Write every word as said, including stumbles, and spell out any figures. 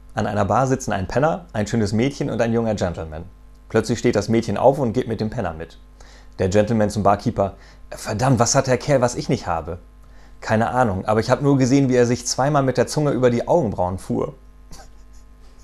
An einer Bar sitzen ein Penner, ein schönes Mädchen und ein junger Gentleman. Plötzlich steht das Mädchen auf und geht mit dem Penner mit. Der Gentleman zum Barkeeper: Verdammt, was hat der Kerl, was ich nicht habe? Keine Ahnung, aber ich habe nur gesehen, wie er sich zweimal mit der Zunge über die Augenbrauen fuhr.